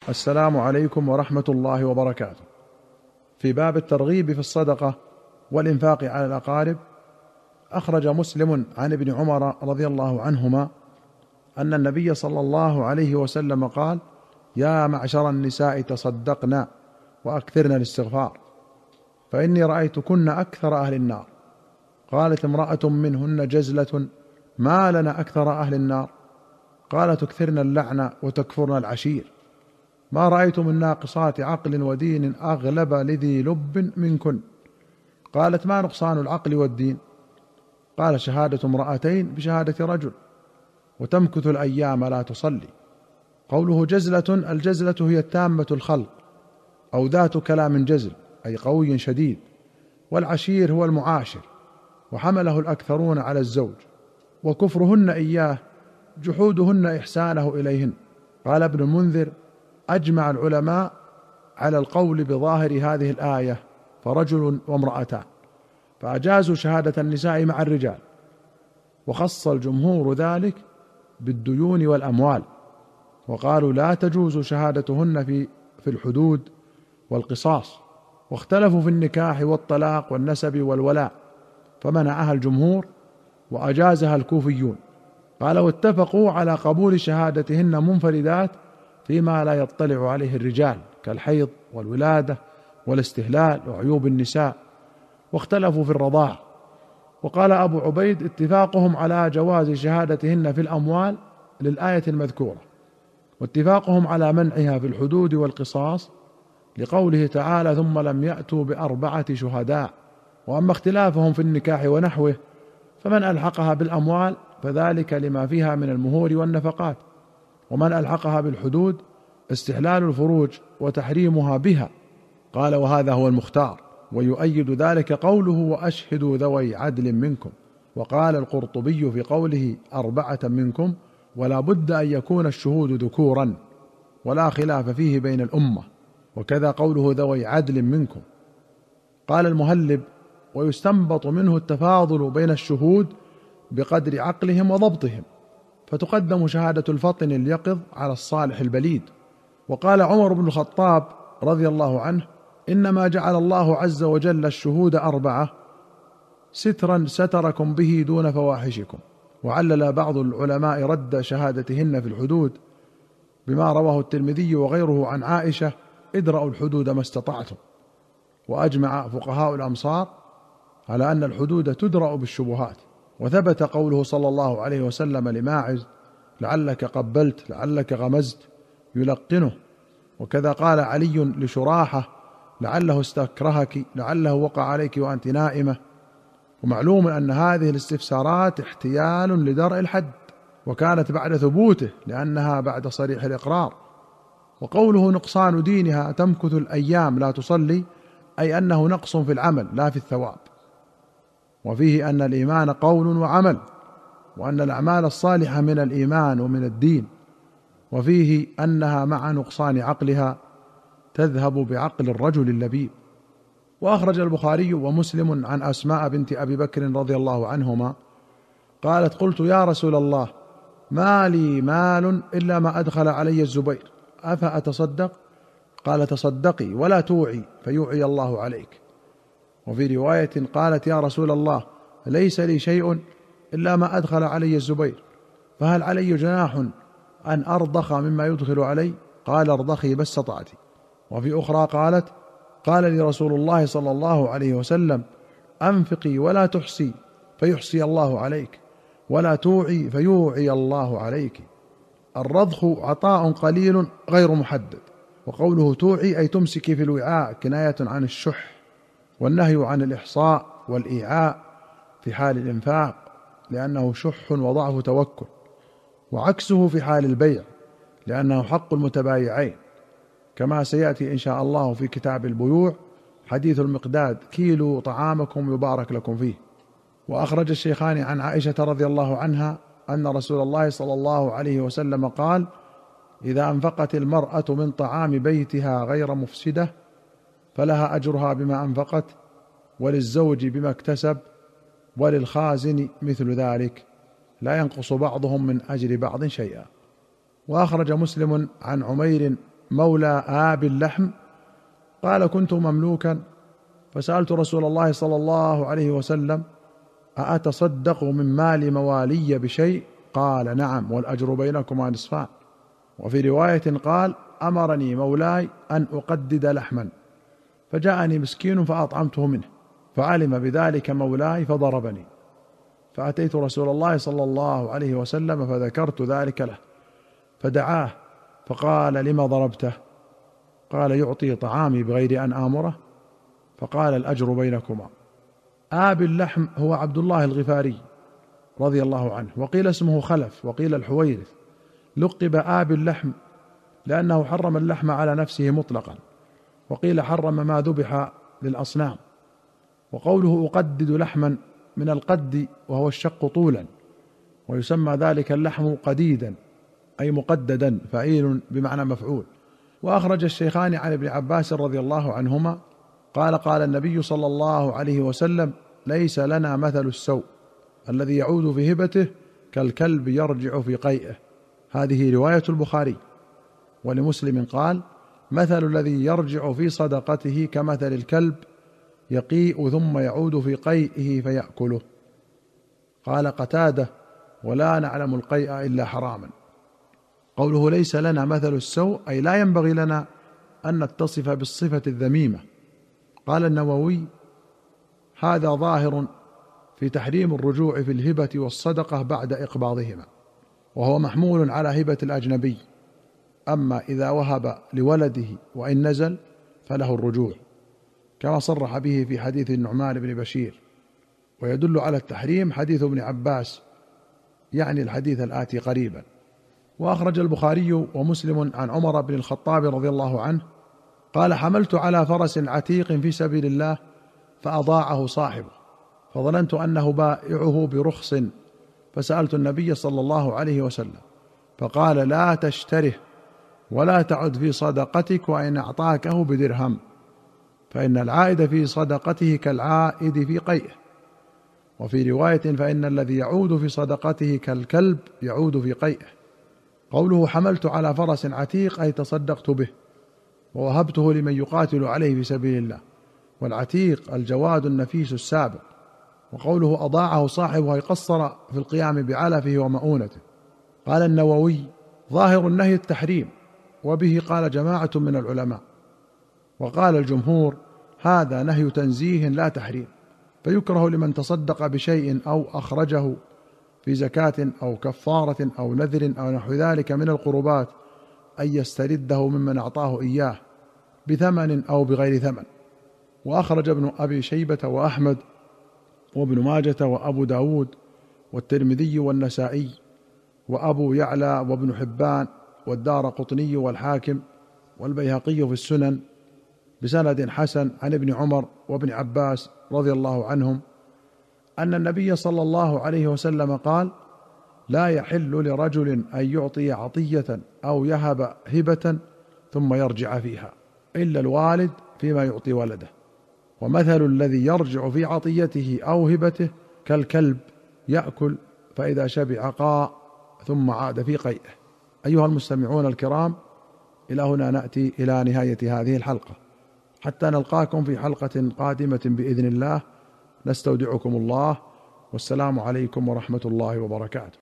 السلام عليكم ورحمة الله وبركاته. في باب الترغيب في الصدقة والإنفاق على الأقارب، أخرج مسلم عن ابن عمر رضي الله عنهما أن النبي صلى الله عليه وسلم قال: يا معشر النساء تصدقنا وأكثرن الاستغفار، فإني رأيتكن أكثر أهل النار. قالت امرأة منهن جزلة: ما لنا أكثر أهل النار؟ قالت: تكثرن اللعن وتكفرن العشير. ما رأيت من ناقصات عقل ودين أغلب لذي لب منكن. قالت: ما نقصان العقل والدين؟ قال: شهادة امرأتين بشهادة رجل، وتمكث الأيام لا تصلي. قوله جزلة، الجزلة هي التامة الخلق أو ذات كلام جزل أي قوي شديد، والعشير هو المعاشر، وحمله الأكثرون على الزوج، وكفرهن إياه جحودهن إحسانه إليهن. قال ابن المنذر: أجمع العلماء على القول بظاهر هذه الآية فرجل وامرأتان، فأجازوا شهادة النساء مع الرجال، وخص الجمهور ذلك بالديون والأموال، وقالوا لا تجوز شهادتهن في الحدود والقصاص، واختلفوا في النكاح والطلاق والنسب والولاء، فمنعها الجمهور وأجازها الكوفيون. قال: واتفقوا على قبول شهادتهن منفردات فيما لا يطلع عليه الرجال كالحيض والولادة والاستهلال وعيوب النساء، واختلفوا في الرضاعة. وقال أبو عبيد: اتفاقهم على جواز شهادتهن في الأموال للآية المذكورة، واتفاقهم على منعها في الحدود والقصاص لقوله تعالى: ثم لم يأتوا بأربعة شهداء. وأما اختلافهم في النكاح ونحوه فمن ألحقها بالأموال فذلك لما فيها من المهور والنفقات، ومن ألحقها بالحدود استحلال الفروج وتحريمها بها. قال: وهذا هو المختار، ويؤيد ذلك قوله: وأشهدوا ذوي عدل منكم. وقال القرطبي في قوله: 4 منكم: ولا بد أن يكون الشهود ذكورا، ولا خلاف فيه بين الأمة. وكذا قوله: ذوي عدل منكم. قال المهلب: ويستنبط منه التفاضل بين الشهود بقدر عقلهم وضبطهم، فتقدم شهادة الفطن اليقظ على الصالح البليد. وقال عمر بن الخطاب رضي الله عنه: إنما جعل الله عز وجل الشهود 4 سترا ستركم به دون فواحشكم. وعلل بعض العلماء رد شهادتهن في الحدود بما رواه الترمذي وغيره عن عائشة: ادرأوا الحدود ما استطعتم. وأجمع فقهاء الأمصار على أن الحدود تدرأ بالشبهات. وثبت قوله صلى الله عليه وسلم لماعز: لعلك قبلت لعلك غمزت، يلقنه. وكذا قال علي لشراحة: لعله استكرهك لعله وقع عليك وأنت نائمة. ومعلوم أن هذه الاستفسارات احتيال لدرء الحد، وكانت بعد ثبوته لأنها بعد صريح الإقرار. وقوله نقصان دينها تمكث الأيام لا تصلي، أي أنه نقص في العمل لا في الثواب. وفيه أن الإيمان قول وعمل، وأن الأعمال الصالحة من الإيمان ومن الدين. وفيه أنها مع نقصان عقلها تذهب بعقل الرجل اللبيب. وأخرج البخاري ومسلم عن أسماء بنت أبي بكر رضي الله عنهما قالت: قلت يا رسول الله، ما لي مال إلا ما أدخل علي الزبير، أفأتصدق؟ قال: تصدقي ولا توعي فيوعي الله عليك. وفي رواية قالت: يا رسول الله، ليس لي شيء إلا ما أدخل علي الزبير، فهل علي جناح أن أرضخ مما يدخل علي؟ قال: ارضخي ما استطعت. وفي أخرى قالت: قال لي رسول الله صلى الله عليه وسلم: أنفقي ولا تحصي فيحصي الله عليك، ولا توعي فيوعي الله عليك. الرضخ عطاء قليل غير محدد. وقوله توعي أي تمسكي في الوعاء كناية عن الشح، والنهي عن الإحصاء والإيعاء في حال الإنفاق لأنه شح وضعف توكل، وعكسه في حال البيع لأنه حق المتبايعين، كما سيأتي إن شاء الله في كتاب البيوع حديث المقداد: كيلوا طعامكم يبارك لكم فيه. وأخرج الشيخان عن عائشة رضي الله عنها أن رسول الله صلى الله عليه وسلم قال: إذا أنفقت المرأة من طعام بيتها غير مفسدة فلها أجرها بما أنفقت، وللزوج بما اكتسب، وللخازن مثل ذلك، لا ينقص بعضهم من أجر بعض شيئا. وأخرج مسلم عن عمير مولى آب اللحم؟ قال: كنت مملوكا فسألت رسول الله صلى الله عليه وسلم: أأتصدق من مال موالي بشيء؟ قال: نعم، والأجر بينكما نصفان. وفي رواية قال: أمرني مولاي أن أقدد لحما، فجاءني مسكين فأطعمته منه، فعلم بذلك مولاي فضربني، فأتيت رسول الله صلى الله عليه وسلم فذكرت ذلك له، فدعاه فقال: لما ضربته؟ قال: يعطي طعامي بغير أن آمره. فقال: الأجر بينكما. آب اللحم هو عبد الله الغفاري رضي الله عنه، وقيل اسمه خلف، وقيل الحويرث. لقب آب اللحم لأنه حرم اللحم على نفسه مطلقا، وقيل حرم ما ذبح للأصنام. وقوله أقدد لحما من القد، وهو الشق طولا، ويسمى ذلك اللحم قديدا أي مقددا، فعيل بمعنى مفعول. وأخرج الشيخان عن ابن عباس رضي الله عنهما قال: قال النبي صلى الله عليه وسلم: ليس لنا مثل السوء الذي يعود في هبته كالكلب يرجع في قيئه. هذه رواية البخاري. ولمسلم قال: مثل الذي يرجع في صدقته كمثل الكلب يقيء ثم يعود في قيئه فيأكله. قال قتادة: ولا نعلم القيء إلا حراما. قوله ليس لنا مثل السوء أي لا ينبغي لنا أن نتصف بالصفة الذميمة. قال النووي: هذا ظاهر في تحريم الرجوع في الهبة والصدقة بعد إقباضهما، وهو محمول على هبة الأجنبي، أما إذا وهب لولده وإن نزل فله الرجوع، كما صرح به في حديث النعمان بن بشير. ويدل على التحريم حديث ابن عباس، يعني الحديث الآتي قريبا. وأخرج البخاري ومسلم عن عمر بن الخطاب رضي الله عنه قال: حملت على فرس عتيق في سبيل الله فأضاعه صاحبه، فظننت أنه بائعه برخص، فسألت النبي صلى الله عليه وسلم فقال: لا تشتره ولا تعد في صدقتك وإن أعطاكه بدرهم، فإن العائد في صدقته كالعائد في قيئه. وفي رواية: فإن الذي يعود في صدقته كالكلب يعود في قيئه. قوله حملت على فرس عتيق أي تصدقت به ووهبته لمن يقاتل عليه في سبيل الله، والعتيق الجواد النفيس السابق. وقوله أضاعه صاحبه أي قصر في القيام بعلفه ومؤونته. قال النووي: ظاهر النهي التحريم، وبه قال جماعة من العلماء. وقال الجمهور: هذا نهي تنزيه لا تحريم، فيكره لمن تصدق بشيء أو أخرجه في زكاة أو كفارة أو نذر أو نحو ذلك من القربات أن يسترده ممن أعطاه إياه بثمن أو بغير ثمن. وأخرج ابن أبي شيبة وأحمد وابن ماجة وأبو داود والترمذي والنسائي وأبو يعلى وابن حبان والدارقطني والحاكم والبيهقي في السنن بسند حسن عن ابن عمر وابن عباس رضي الله عنهم أن النبي صلى الله عليه وسلم قال: لا يحل لرجل أن يعطي عطية أو يهب هبة ثم يرجع فيها، إلا الوالد فيما يعطي ولده. ومثل الذي يرجع في عطيته أو هبته كالكلب يأكل فإذا شبع قاء ثم عاد في قيئه. أيها المستمعون الكرام، إلى هنا نأتي إلى نهاية هذه الحلقة، حتى نلقاكم في حلقة قادمة بإذن الله. نستودعكم الله، والسلام عليكم ورحمة الله وبركاته.